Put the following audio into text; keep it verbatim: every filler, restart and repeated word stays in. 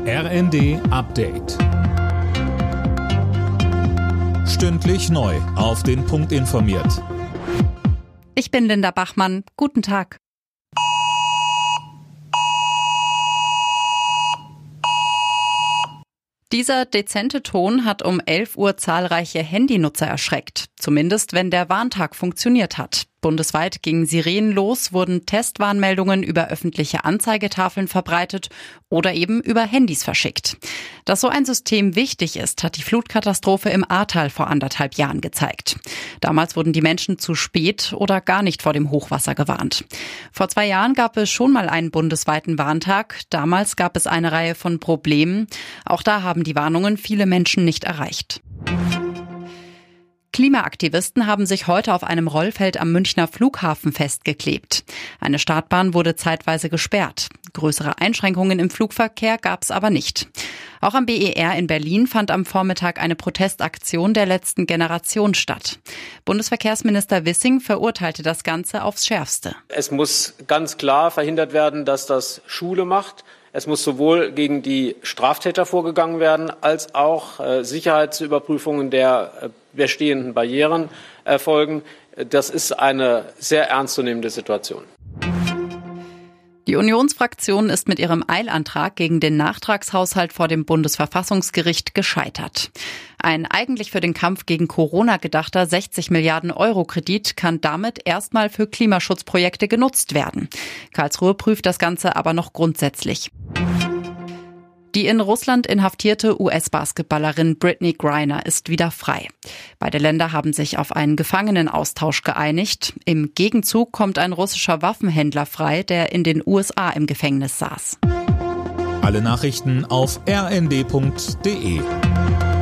R N D Update. Stündlich neu auf den Punkt informiert. Ich bin Linda Bachmann. Guten Tag. Dieser dezente Ton hat um elf Uhr zahlreiche Handynutzer erschreckt. Zumindest, wenn der Warntag funktioniert hat. Bundesweit gingen Sirenen los, wurden Testwarnmeldungen über öffentliche Anzeigetafeln verbreitet oder eben über Handys verschickt. Dass so ein System wichtig ist, hat die Flutkatastrophe im Ahrtal vor anderthalb Jahren gezeigt. Damals wurden die Menschen zu spät oder gar nicht vor dem Hochwasser gewarnt. Vor zwei Jahren gab es schon mal einen bundesweiten Warntag. Damals gab es eine Reihe von Problemen. Auch da haben die Warnungen viele Menschen nicht erreicht. Klimaaktivisten haben sich heute auf einem Rollfeld am Münchner Flughafen festgeklebt. Eine Startbahn wurde zeitweise gesperrt. Größere Einschränkungen im Flugverkehr gab es aber nicht. Auch am B E R in Berlin fand am Vormittag eine Protestaktion der letzten Generation statt. Bundesverkehrsminister Wissing verurteilte das Ganze aufs Schärfste. Es muss ganz klar verhindert werden, dass das Schule macht. Es muss sowohl gegen die Straftäter vorgegangen werden, als auch äh, Sicherheitsüberprüfungen der äh, bestehenden Barrieren erfolgen. Das ist eine sehr ernstzunehmende Situation. Die Unionsfraktion ist mit ihrem Eilantrag gegen den Nachtragshaushalt vor dem Bundesverfassungsgericht gescheitert. Ein eigentlich für den Kampf gegen Corona gedachter sechzig Milliarden Euro Kredit kann damit erstmal für Klimaschutzprojekte genutzt werden. Karlsruhe prüft das Ganze aber noch grundsätzlich. Die in Russland inhaftierte U S-Basketballerin Brittney Griner ist wieder frei. Beide Länder haben sich auf einen Gefangenenaustausch geeinigt. Im Gegenzug kommt ein russischer Waffenhändler frei, der in den U S A im Gefängnis saß. Alle Nachrichten auf r n d punkt d e.